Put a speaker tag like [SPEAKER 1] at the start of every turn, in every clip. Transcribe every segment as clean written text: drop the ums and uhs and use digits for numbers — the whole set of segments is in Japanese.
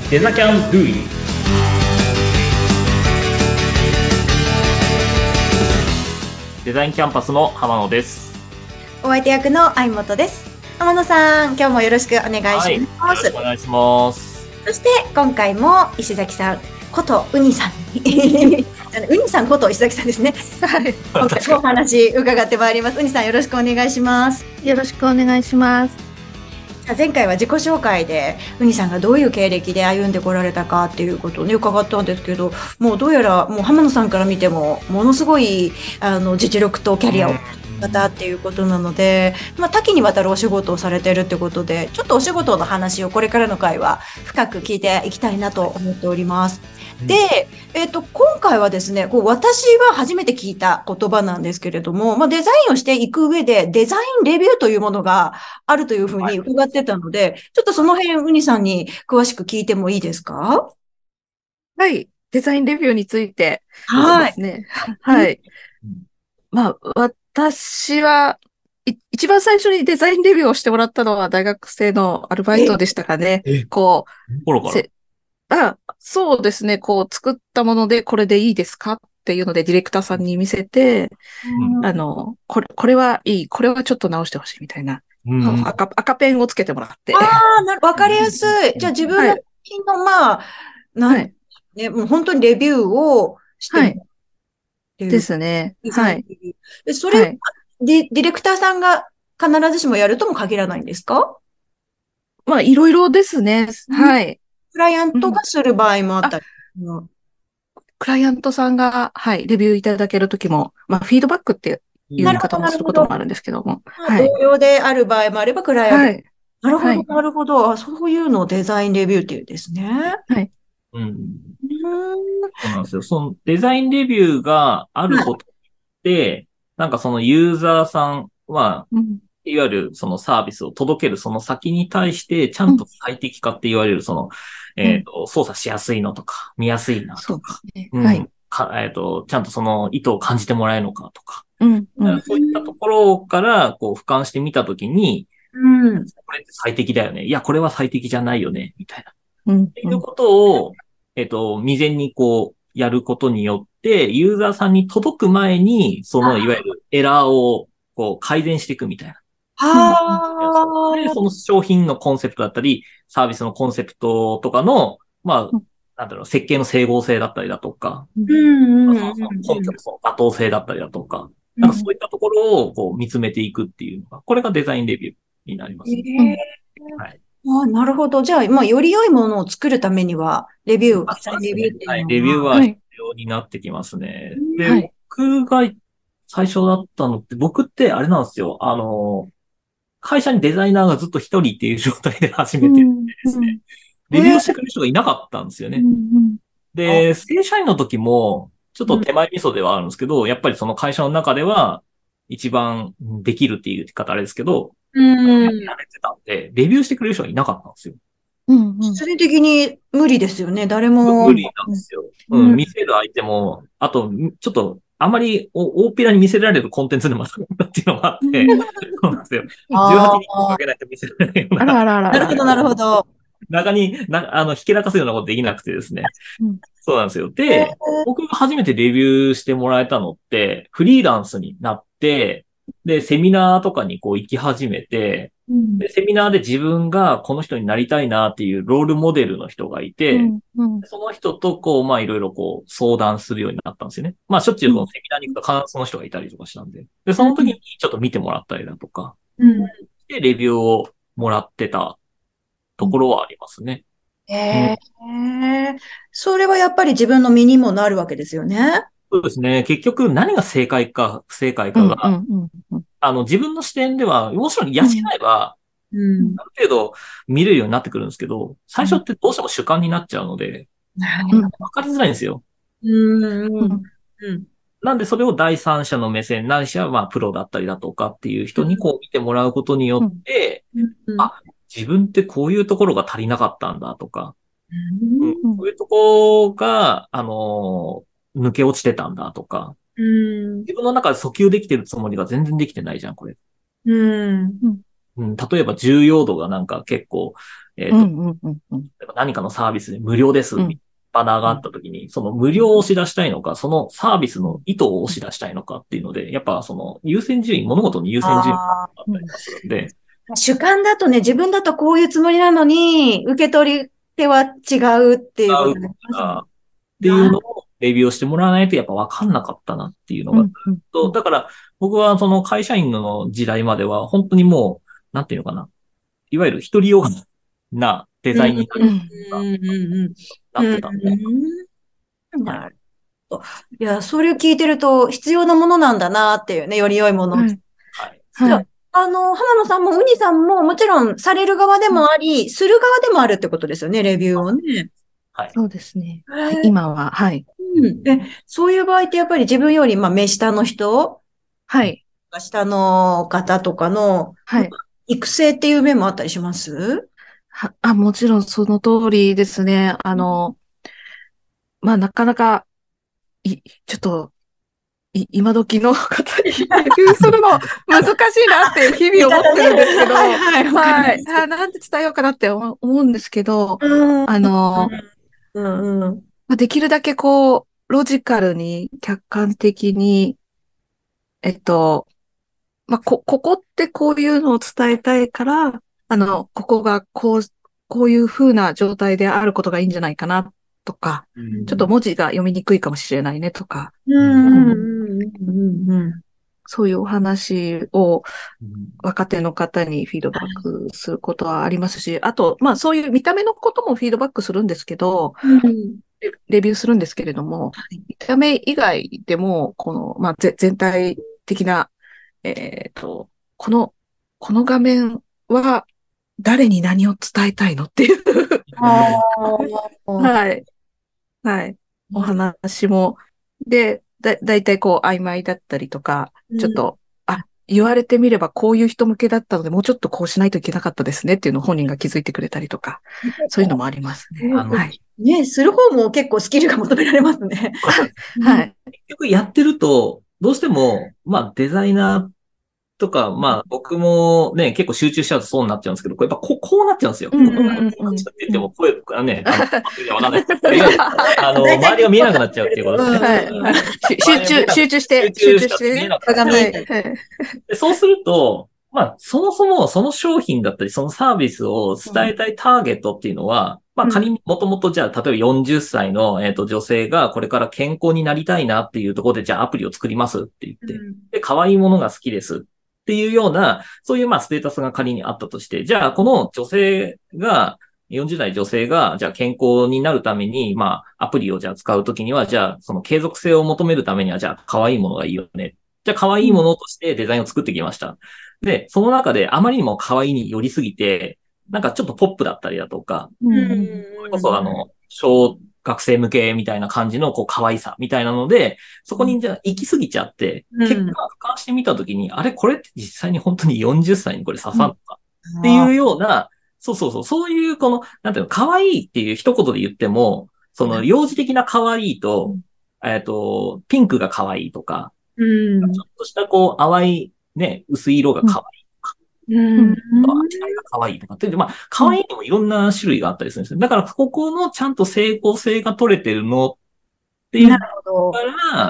[SPEAKER 1] デザキャンドゥイデザインキャンパスの浜野です。
[SPEAKER 2] お相手役の相本です。浜野さん、今日もよろしくお願いします。
[SPEAKER 1] はい、よろしくお願いします。
[SPEAKER 2] そして今回も石崎さんことウニさんにウニさんこと石崎さんですね。はい。今回もお話伺ってまいります。ウニさんよろしくお願いします。
[SPEAKER 3] よろしくお願いします。
[SPEAKER 2] 前回は自己紹介でウニさんがどういう経歴で歩んでこられたかっていうことをね伺ったんですけど、もうどうやらもう浜野さんから見てもものすごい実力とキャリアを方っていうことなので、多岐にわたるお仕事をされているってことで、ちょっとお仕事の話をこれからの回は深く聞いていきたいなと思っております。で、今回はですね、私は初めて聞いた言葉なんですけれども、デザインをしていく上でデザインレビューというものがあるというふうに伺ってたので、ちょっとその辺、ウニさんに詳しく聞いてもいいですか？
[SPEAKER 3] はい。デザインレビューについて
[SPEAKER 2] はい。
[SPEAKER 3] ですね。はい。私は、一番最初にデザインレビューをしてもらったのは大学生のアルバイトでしたかね。
[SPEAKER 1] 頃から
[SPEAKER 3] そうですね。作ったものでこれでいいですかっていうのでディレクターさんに見せて、これはいい、これはちょっと直してほしいみたいな。赤ペンをつけてもらって。
[SPEAKER 2] わかりやすい。じゃあ自分の作品の、ね、もう本当にレビューをしてもらってる。
[SPEAKER 3] ですね。はい。
[SPEAKER 2] それは、ディレクターさんが必ずしもやるとも限らないんですか？
[SPEAKER 3] いろいろですね。はい。
[SPEAKER 2] クライアントがする場合もあったり。
[SPEAKER 3] クライアントさんが、はい、レビューいただけるときも、フィードバックっていう言い方もすることもあるんですけども。
[SPEAKER 2] 同僚である場合もあれば、クライアント。
[SPEAKER 3] はい。
[SPEAKER 2] なるほど、なるほど。そういうのをデザインレビューっていうんですね。
[SPEAKER 3] はい。
[SPEAKER 1] そうなんですよ。そのデザインレビューがあることって、なんかそのユーザーさんは、いわゆるそのサービスを届けるその先に対して、ちゃんと最適化って言われるその、操作しやすいのとか、見やすいなとか、
[SPEAKER 3] はい。
[SPEAKER 1] ちゃんとその意図を感じてもらえるのかとか、そういったところからこう俯瞰してみたときに、これって最適だよね。いや、これは最適じゃないよね、みたいな。っていうことを、未然にこう、やることによって、ユーザーさんに届く前に、その、いわゆるエラーを、こう、改善していくみたいな。で、その商品のコンセプトだったり、サービスのコンセプトとかの、なんだろう、設計の整合性だったりだとか、根拠のその妥当性だったりだとか、なんかそういったところをこう見つめていくっていうのが、これがデザインレビューになりますね。
[SPEAKER 2] はい。なるほど。じゃあ、より良いものを作るためには、レビュー、デザインレビューっていうのは。
[SPEAKER 1] はい、レビューは必要になってきますね。で、僕が最初だったのって、僕ってあれなんですよ。会社にデザイナーがずっと一人っていう状態で始めてるんでですね、レビューしてくれる人がいなかったんですよね。で、正社員の時も、ちょっと手前味噌ではあるんですけど、やっぱりその会社の中では、一番できるっていう言い方あれですけど、やれてたんで、レビューしてくれる人がいなかったんですよ。
[SPEAKER 2] 必然的に無理ですよね、誰も。
[SPEAKER 1] 無理なんですよ。見せる相手も、あと、ちょっと、あまり大っぴらに見せられるコンテンツでもなかったっていうのがあって、そうなんですよ。18人かけないと見せられないような。
[SPEAKER 2] なるほど、なるほど。
[SPEAKER 1] 中に、ひけらかすようなことできなくてですね。そうなんですよ。で、僕が初めてレビューしてもらえたのって、フリーランスになって、で、セミナーとかにこう行き始めて、で、セミナーで自分がこの人になりたいなっていうロールモデルの人がいて、その人とこう、いろいろこう相談するようになったんですよね。しょっちゅうこのセミナーに行くと必ずその人がいたりとかしたんで。で、その時にちょっと見てもらったりだとか、で、レビューをもらってたところはありますね。
[SPEAKER 2] それはやっぱり自分の身にもなるわけですよね。
[SPEAKER 1] そうですね。結局何が正解か不正解かが、自分の視点では、もちろん養えば、ある程度見れるようになってくるんですけど、最初ってどうしても主観になっちゃうので、わかりづらいんですよ。なんでそれを第三者の目線、ないしはプロだったりだとかっていう人にこう見てもらうことによって、自分ってこういうところが足りなかったんだとか、そういうところが、抜け落ちてたんだとか、自分の中で訴求できてるつもりが全然できてないじゃん、これ。例えば重要度がなんか結構、 何かのサービスで無料です、みたいなバナーがあった時に、その無料を押し出したいのか、そのサービスの意図を押し出したいのかっていうので、やっぱその優先順位、物事に優先順位があったりするんで。
[SPEAKER 2] 主観だとね、自分だとこういうつもりなのに、受け取り手は違うっていうことになりますね。
[SPEAKER 1] っていうのをレビューをしてもらわないとやっぱ分かんなかったなっていうのがだから僕はその会社員の時代までは本当にもう、なんていうのかな。いわゆる一人用なデザインになってたんで。
[SPEAKER 2] なるほど。いや、それを聞いてると必要なものなんだなっていうね、より良いもの。はい。じゃあ、浜野さんもウニさんももちろんされる側でもあり、する側でもあるってことですよね、レビューをね。
[SPEAKER 3] はい。そうですね。今は、はい。
[SPEAKER 2] そういう場合ってやっぱり自分より、目下の人、
[SPEAKER 3] はい。
[SPEAKER 2] 下の方とかの、はい。育成っていう面もあったりします？
[SPEAKER 3] もちろんその通りですね。なかなか、ちょっと、今時の方にレビューするの難しいなって日々思ってるんですけど、はい。なんで伝えようかなって思うんですけど、できるだけロジカルに、客観的に、ここってこういうのを伝えたいから、ここがこういう風な状態であることがいいんじゃないかなとか、ちょっと文字が読みにくいかもしれないねとか、そういうお話を若手の方にフィードバックすることはありますし、あと、そういう見た目のこともフィードバックするんですけど、レビューするんですけれども、見た目以外でも、全体的なこの画面は誰に何を伝えたいのっていうはい。はい。お話も。で、だいたい曖昧だったりとか、ちょっと、言われてみればこういう人向けだったので、もうちょっとこうしないといけなかったですねっていうのを本人が気づいてくれたりとか、そういうのもありますね。はい。
[SPEAKER 2] ね、する方も結構スキルが求められますね。
[SPEAKER 3] はい。
[SPEAKER 1] 結局やってると、どうしても、デザイナーとか、僕もね、結構集中しちゃうとそうになっちゃうんですけど、やっぱこうなっちゃうんですよ。って言っても声がね、わかんない。周りが見えなくなっちゃうっていうことですね。
[SPEAKER 3] 集中して。
[SPEAKER 1] 見えなくなっちゃう。そうすると、そもそもその商品だったり、そのサービスを伝えたいターゲットっていうのは、仮にもともとじゃあ、例えば40歳の、女性がこれから健康になりたいなっていうところで、じゃあアプリを作りますって言って、で、可愛いものが好きですっていうような、そういうステータスが仮にあったとして、じゃあこの女性が、40代女性が、じゃあ健康になるために、アプリをじゃあ使うときには、じゃあその継続性を求めるためには、じゃあ可愛いものがいいよね。じゃあ可愛いものとしてデザインを作ってきました。で、その中であまりにも可愛いに寄りすぎて、なんかちょっとポップだったりだとか、それこそ小学生向けみたいな感じの可愛さみたいなので、そこにじゃあ行き過ぎちゃって、結果俯瞰してみたときに、あれこれって実際に本当に40歳にこれ刺さるのかっていうような、そういうなんていうの、可愛いっていう一言で言っても、その幼児的な可愛いと、ピンクが可愛いとか、ちょっとした淡いね、薄い色が可愛いとか、味が可愛いとかって、可愛いにもいろんな種類があったりするんですよ。だから、ここのちゃんと整合性が取れてるのっていうから、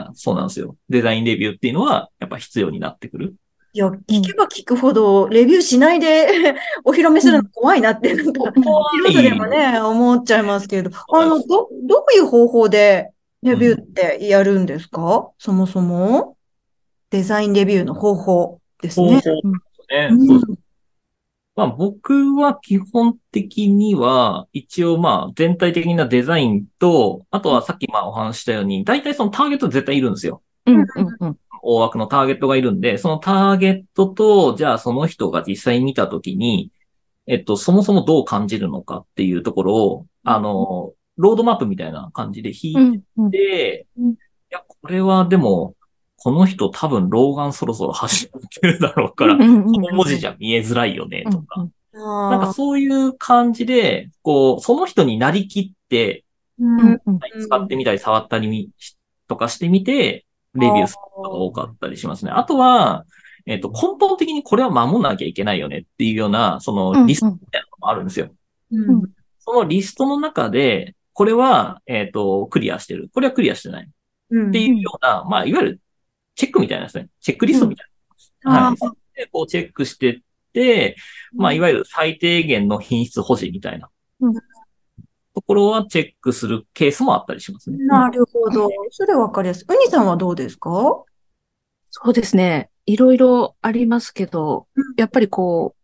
[SPEAKER 1] そうなんですよ。デザインレビューっていうのは、やっぱ必要になってくる。
[SPEAKER 2] いや、聞けば聞くほど、レビューしないでお披露目するの怖いなって、なんか、素人でもね、思っちゃいますけど、どういう方法でレビューってやるんですか？そもそも。デザインレビューの方法ですね。
[SPEAKER 1] 方法ですね。僕は基本的には、一応全体的なデザインと、あとはさっきお話したように、大体そのターゲット絶対いるんですよ。大枠のターゲットがいるんで、そのターゲットと、じゃあその人が実際に見たときに、そもそもどう感じるのかっていうところを、ロードマップみたいな感じで引いて、いや、これはでも、この人多分老眼そろそろ走ってるだろうから、この文字じゃ見えづらいよね、とか。なんかそういう感じで、その人になりきって、使ってみたり触ったりとかしてみて、レビューすることが多かったりしますね。あとは、根本的にこれは守んなきゃいけないよねっていうような、そのリストみたいなのもあるんですよ。
[SPEAKER 2] うん。
[SPEAKER 1] そのリストの中で、これは、クリアしてる。これはクリアしてない。っていうような、まあ、いわゆるチェックみたいなですね。チェックリストみたいな。はい。で、こうチェックしてって、まあ、いわゆる最低限の品質保持みたいなところはチェックするケースもあったりしますね。
[SPEAKER 2] なるほど。それわかりやすい。ウニさんはどうですか？
[SPEAKER 3] そうですね。いろいろありますけど、やっぱりこう、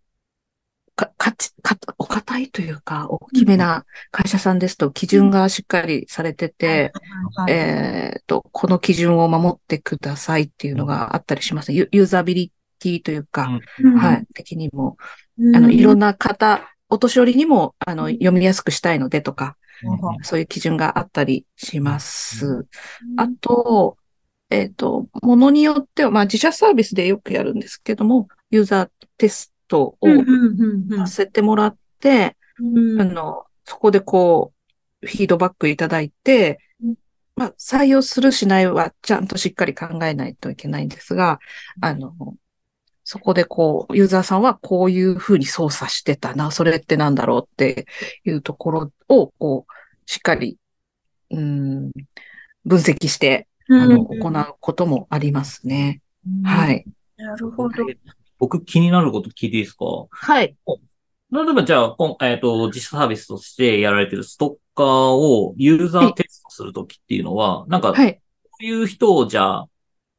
[SPEAKER 3] お堅いというか、大きめな会社さんですと、基準がしっかりされてて、この基準を守ってくださいっていうのがあったりします。ユーザビリティというか、はい、的にも、いろんなお年寄りにも、読みやすくしたいのでとか、そういう基準があったりします。あと、ものによっては、まあ自社サービスでよくやるんですけども、ユーザーテストをさせてもらって、そこでこう、フィードバックいただいて、まあ採用するしないはちゃんとしっかり考えないといけないんですが、そこでこう、ユーザーさんはこういうふうに操作してたな、それってなんだろうっていうところを、こう、しっかり、分析して、行うこともありますね。はい。
[SPEAKER 2] なるほど。
[SPEAKER 1] 僕気になること聞いていいですか？
[SPEAKER 3] はい。
[SPEAKER 1] 例えばじゃあ、自社サービスとしてやられてるストッカーをユーザーテストするときっていうのは、なんか、こ
[SPEAKER 3] はい。
[SPEAKER 1] ういう人をじゃあ、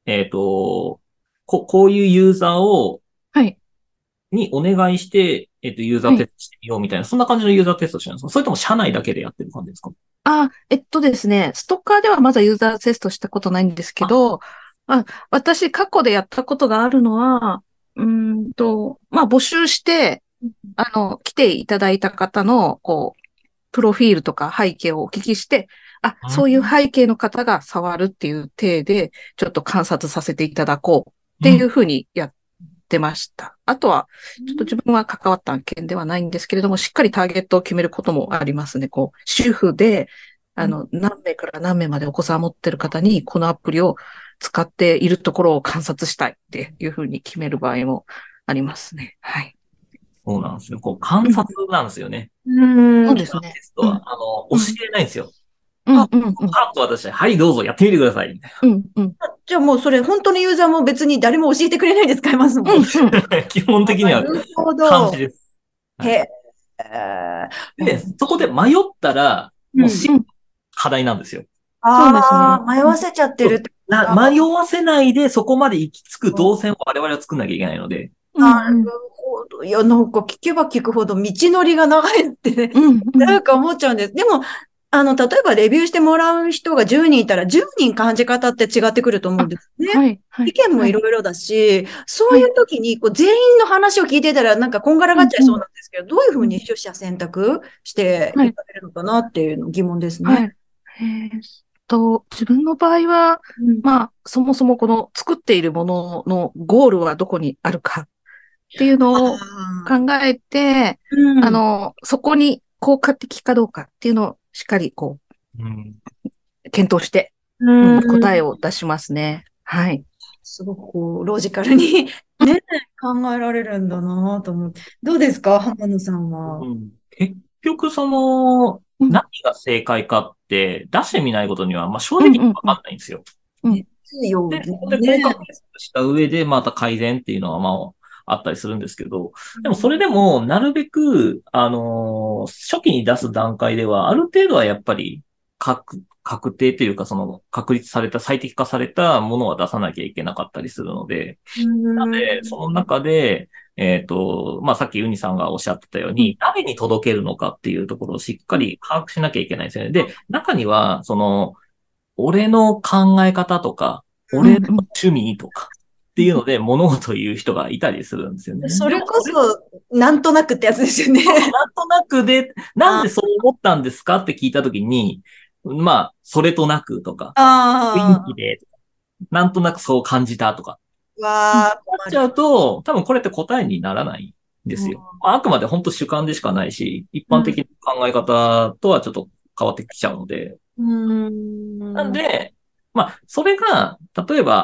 [SPEAKER 1] こういうユーザー
[SPEAKER 3] はい。
[SPEAKER 1] にお願いして、ユーザー
[SPEAKER 3] はい。
[SPEAKER 1] テストしてみようみたいな、そんな感じのユーザーテストしてるんですか？それとも社内だけでやってる感じですか？
[SPEAKER 3] ですね、ストッカーではまだユーザーテストしたことないんですけど、私過去でやったことがあるのは、まあ募集して、来ていただいた方の、こう、プロフィールとか背景をお聞きして、そういう背景の方が触るっていう体で、ちょっと観察させていただこうっていうふうにやってました。あとは、ちょっと自分は関わった案件ではないんですけれども、しっかりターゲットを決めることもありますね。こう、主婦で、何名から何名までお子さんを持ってる方に、このアプリを使っているところを観察したいっていうふうに決める場合もありますね。はい。
[SPEAKER 1] そうなんですよ。こう、観察なんですよね。
[SPEAKER 3] そうですね。
[SPEAKER 1] テストは、教えないんですよ。
[SPEAKER 3] パ
[SPEAKER 1] ッと私、はい、どうぞやってみてください。みたい
[SPEAKER 3] な。
[SPEAKER 2] じゃあもうそれ本当のユーザーも別に誰も教えてくれないで使えますもん。
[SPEAKER 1] 基本的には、
[SPEAKER 2] なるほど。
[SPEAKER 1] 監視です。
[SPEAKER 2] へ
[SPEAKER 1] はい。で、そこで迷ったら、もう課題なんですよ。
[SPEAKER 3] そうですね。
[SPEAKER 2] 迷わせちゃってる。
[SPEAKER 1] 迷わせないでそこまで行き着く動線を我々は作んなきゃいけないので。
[SPEAKER 2] なるほど。いや、なんか聞けば聞くほど道のりが長いってね、なんか思っちゃうんです。でも、例えばレビューしてもらう人が10人いたら10人感じ方って違ってくると思うんですね。
[SPEAKER 3] はい。
[SPEAKER 2] 意見もいろいろだし、そういう時にこう全員の話を聞いてたらなんかこんがらがっちゃいそうなんですけど、どういうふうに取捨選択していかれるのかなっていうの疑問ですね。
[SPEAKER 3] はい。自分の場合は、まあ、そもそもこの作っているもののゴールはどこにあるかっていうのを考えて、そこに効果的かどうかっていうのをしっかりこう、検討して、答えを出しますね。はい。
[SPEAKER 2] すごくこう、ロジカルにね、考えられるんだなと思って。どうですか、浜野さんは。
[SPEAKER 1] 結局、何が正解かって出してみないことには、まあ、正直わかんないんですよ。で、ここで効果テストした上で、また改善っていうのは、まあ、あったりするんですけど、でもそれでも、なるべく、初期に出す段階では、ある程度はやっぱり、確定というか、確立された、最適化されたものは出さなきゃいけなかったりするので、なので、その中で、まあ、さっきユニさんがおっしゃってたように、誰に届けるのかっていうところをしっかり把握しなきゃいけないですよね。で、中には、俺の考え方とか、俺の趣味とかっていうので物事を言う人がいたりするんですよね。
[SPEAKER 2] それこそ、なんとなくってやつですよね。
[SPEAKER 1] なんとなくで、なんでそう思ったんですかって聞いたときに、まあ、それとなくとか、雰囲気で、なんとなくそう感じたとか、なっちゃうと、多分これって答えにならないんですよ。あくまで本当主観でしかないし、一般的な考え方とはちょっと変わってきちゃうので。なんで、まあ、それが、例えば、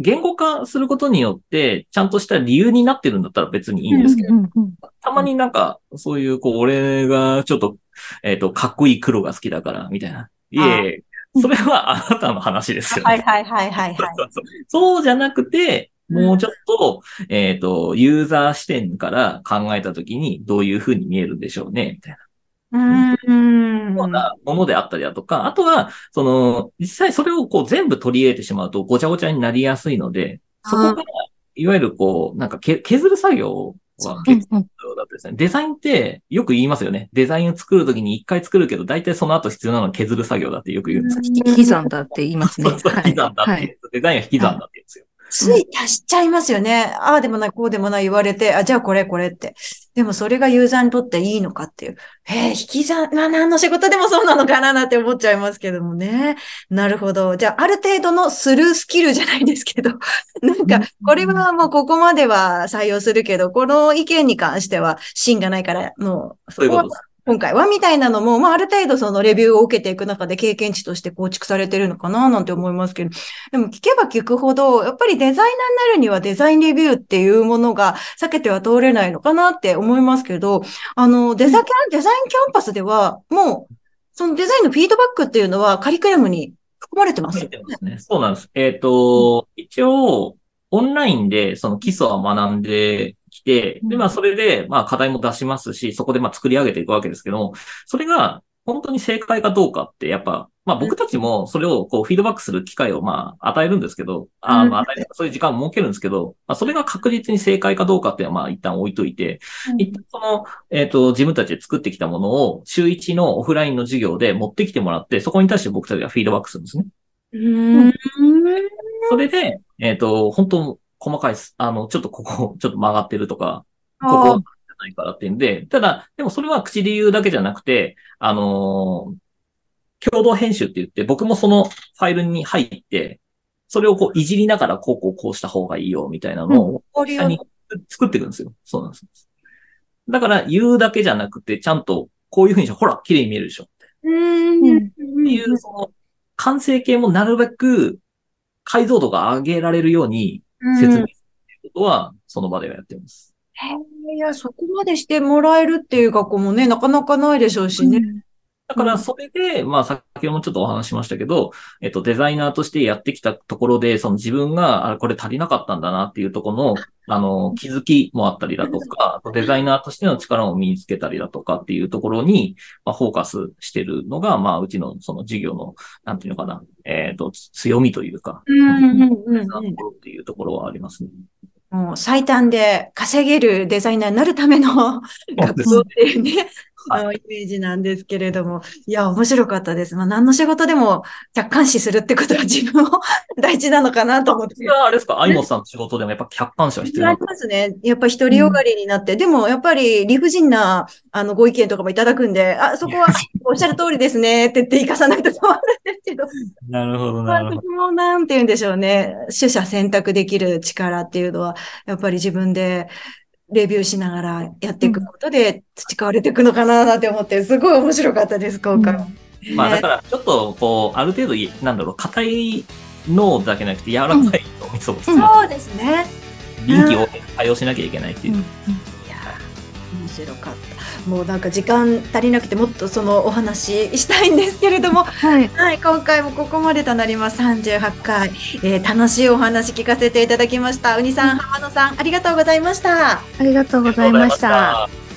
[SPEAKER 1] 言語化することによって、ちゃんとした理由になってるんだったら別にいいんですけど、たまになんか、そういう、俺がちょっと、かっこいい黒が好きだから、みたいな。いえ、それはあなたの話ですよね。
[SPEAKER 2] はいはいはいはい、はい。
[SPEAKER 1] そうじゃなくて、もうちょっと、ユーザー視点から考えたときにどういうふうに見えるんでしょうね、みたいな。ようなものであったりだとか、あとは、実際それを全部取り入れてしまうとごちゃごちゃになりやすいので、そこから、いわゆるなんか削る作業は結構必要だったですね。デザインってよく言いますよね。デザインを作るときに一回作るけど、大体その後必要なのは削る作業だってよく言うんです。
[SPEAKER 3] 引き算だって言いますね。
[SPEAKER 1] そう、引き算だって、デザインは引き算だって言うんですよ。
[SPEAKER 2] つい足しちゃいますよね。ああでもない、こうでもない言われて、じゃあこれって。でもそれがユーザーにとっていいのかっていう。引き算、何の仕事でもそうなのかなって思っちゃいますけどもね。なるほど。じゃあある程度のスルースキルじゃないですけど、なんか、これはもうここまでは採用するけど、この意見に関しては芯がないから、もう、
[SPEAKER 1] そういうことです。
[SPEAKER 2] 今回はみたいなのも、ある程度そのレビューを受けていく中で経験値として構築されてるのかななんて思いますけど、でも聞けば聞くほど、やっぱりデザイナーになるにはデザインレビューっていうものが避けては通れないのかなって思いますけど、デザインキャンパスではもう、そのデザインのフィードバックっていうのはカリキュラムに含まれてますよね。
[SPEAKER 1] 含まれてますね。そうなんです。一応、オンラインでその基礎は学んできて、で、それで、課題も出しますし、そこで作り上げていくわけですけども、それが本当に正解かどうかって、やっぱ、僕たちもそれをフィードバックする機会を与えるんですけど、そういう時間を設けるんですけど、それが確実に正解かどうかっていうのは一旦置いといて、一旦自分たちで作ってきたものを週1のオフラインの授業で持ってきてもらって、そこに対して僕たちがフィードバックするんですね。それで、本当細かい、ちょっとここ、ちょっと曲がってるとか、ここ、じゃないからっていうんで、ただ、でもそれは口で言うだけじゃなくて、共同編集って言って、僕もそのファイルに入って、それをいじりながらこうした方がいいよ、みたいなのを、下に作っていくんですよ。そうなんです。だから言うだけじゃなくて、ちゃんとこういうふうにして、ほら、綺麗に見えるでしょ。っていう、完成形もなるべく解像度が上げられるように説明するっていうことは、その場ではやってます。
[SPEAKER 2] いや、そこまでしてもらえるっていう学校もね、なかなかないでしょうしね。
[SPEAKER 1] だから、それで、先ほどもちょっとお話ししましたけど、デザイナーとしてやってきたところで、その自分が、これ足りなかったんだなっていうところの、気づきもあったりだとか、デザイナーとしての力を身につけたりだとかっていうところに、フォーカスしてるのが、うちのその授業の、なんていうのかな、強みというか、っていうところはありますね。
[SPEAKER 2] もう最短で稼げるデザイナーになるための学校っていうね、イメージなんですけれども。いや、面白かったです。何の仕事でも客観視するってことは自分も大事なのかなと思って。
[SPEAKER 1] それはあれですか、相本さんの仕事でもやっぱ客観視は必要なんですか？
[SPEAKER 2] ありますね。やっぱ独りよがりになって、でもやっぱり理不尽なご意見とかもいただくんで、そこはおっしゃる通りですねって言って生かさないと困るんですけど。
[SPEAKER 1] なるほど、なるほど。
[SPEAKER 2] 私もなんて言うんでしょうね。取捨選択できる力っていうのは、やっぱり自分でレビューしながらやっていくことで培われていくのかななんて思って、すごい面白かったです、今回。
[SPEAKER 1] だからちょっとある程度硬い脳だけなくて柔らかい脳みそを
[SPEAKER 2] そうですね。
[SPEAKER 1] 臨機応変に対応しなきゃいけないっていう。いや
[SPEAKER 2] 面白かった。もうなんか時間足りなくてもっとそのお話ししたいんですけれども、はい、今回もここまでとなります。38回、楽しいお話聞かせていただきました。うにさん、浜野さん、ありがとうございました。
[SPEAKER 3] ありがとうございました。